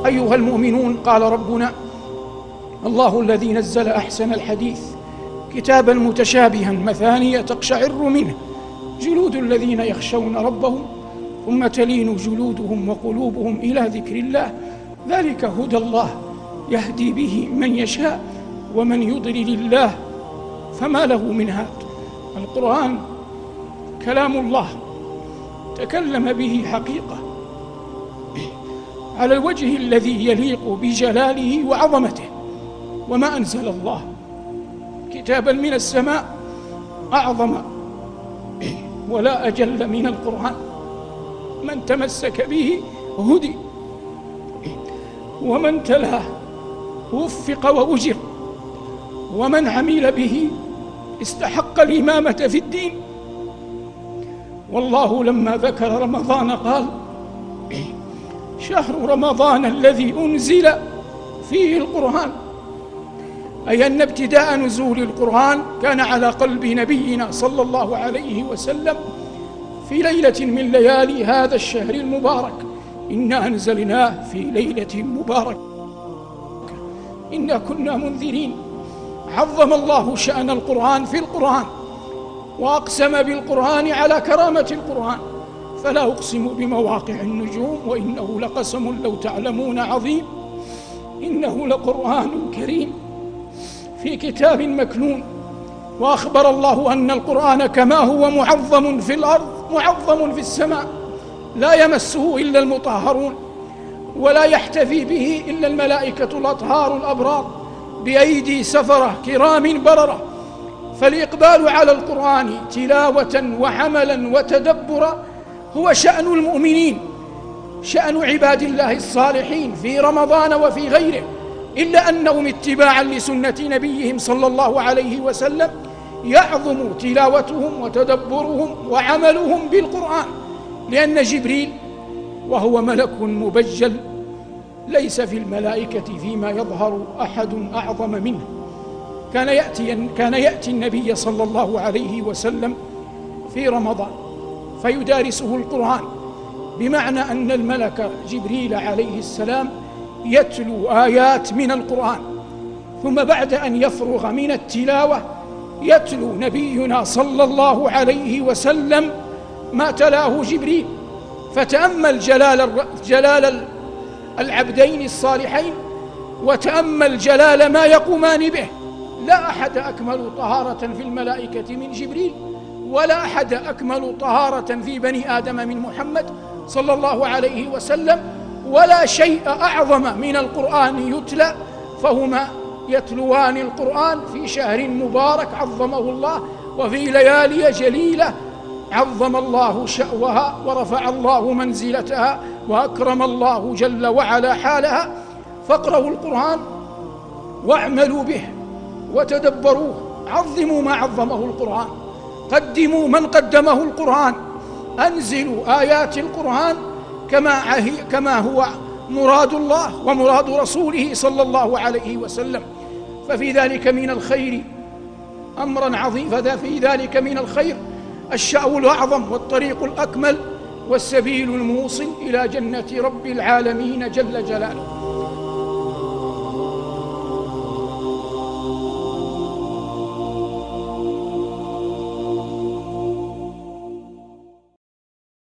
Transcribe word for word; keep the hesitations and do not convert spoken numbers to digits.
أيها المؤمنون، قال ربنا: الله الذي نزل أحسن الحديث كتابا متشابها مثانية تقشعر منه جلود الذين يخشون ربهم ثم تلين جلودهم وقلوبهم إلى ذكر الله، ذلك هدى الله يهدي به من يشاء ومن يضلل الله فما له من هاد. القرآن كلام الله تكلم به حقيقة على الوجه الذي يليق بجلاله وعظمته. وما أنزل الله كتابا من السماء أعظم ولا أجل من القرآن. من تمسك به هدي، ومن تلاه وفق وأجر، ومن عمل به استحق الإمامة في الدين. والله لما ذكر رمضان قال: شهر رمضان الذي أنزل فيه القرآن، أي أن ابتداء نزول القرآن كان على قلب نبينا صلى الله عليه وسلم في ليلة من ليالي هذا الشهر المبارك. إنا أنزلناه في ليلة مباركة إنا كنا منذرين. عظم الله شأن القرآن في القرآن، وأقسم بالقرآن على كرامة القرآن: فلا أقسم بمواقع النجوم وإنه لقسم لو تعلمون عظيم، إنه لقرآن كريم في كتاب مكنون. وأخبر الله أن القرآن كما هو معظم في الأرض معظم في السماء، لا يمسه إلا المطهرون، ولا يحتفي به إلا الملائكة الأطهار الأبرار بأيدي سفرة كرام بررة. فالإقبال على القرآن تلاوة وعملا وتدبرا هو شأن المؤمنين، شأن عباد الله الصالحين في رمضان وفي غيره، إلا أنهم اتباعا لسنة نبيهم صلى الله عليه وسلم يعظم تلاوتهم وتدبرهم وعملهم بالقرآن، لأن جبريل وهو ملك مبجل ليس في الملائكة فيما يظهر أحد أعظم منه. كان يأتي, كان يأتي النبي صلى الله عليه وسلم في رمضان فيدارسه القرآن، بمعنى أن الملك جبريل عليه السلام يتلو آيات من القرآن، ثم بعد أن يفرغ من التلاوة يتلو نبينا صلى الله عليه وسلم ما تلاه جبريل. فتأمل جلال, جلال العبدين الصالحين، وتأمل جلال ما يقومان به. لا أحد أكمل طهارة في الملائكة من جبريل، ولا أحد أكمل طهارة في بني آدم من محمد صلى الله عليه وسلم، ولا شيء أعظم من القرآن يتلى. فهما يتلوان القرآن في شهر مبارك عظمه الله، وفي ليالي جليلة عظم الله شأوها ورفع الله منزلتها وأكرم الله جل وعلا حالها. فاقرأوا القرآن واعملوا به وتدبروه، عظموا ما عظمه القرآن، قدموا من قدمه القرآن، أنزلوا آيات القرآن كما كما هو مراد الله ومراد رسوله صلى الله عليه وسلم. ففي ذلك من الخير أمرا عظيم، ففي ذلك من الخير الشأو الأعظم والطريق الأكمل والسبيل الموصل إلى جنة رب العالمين جل جلاله.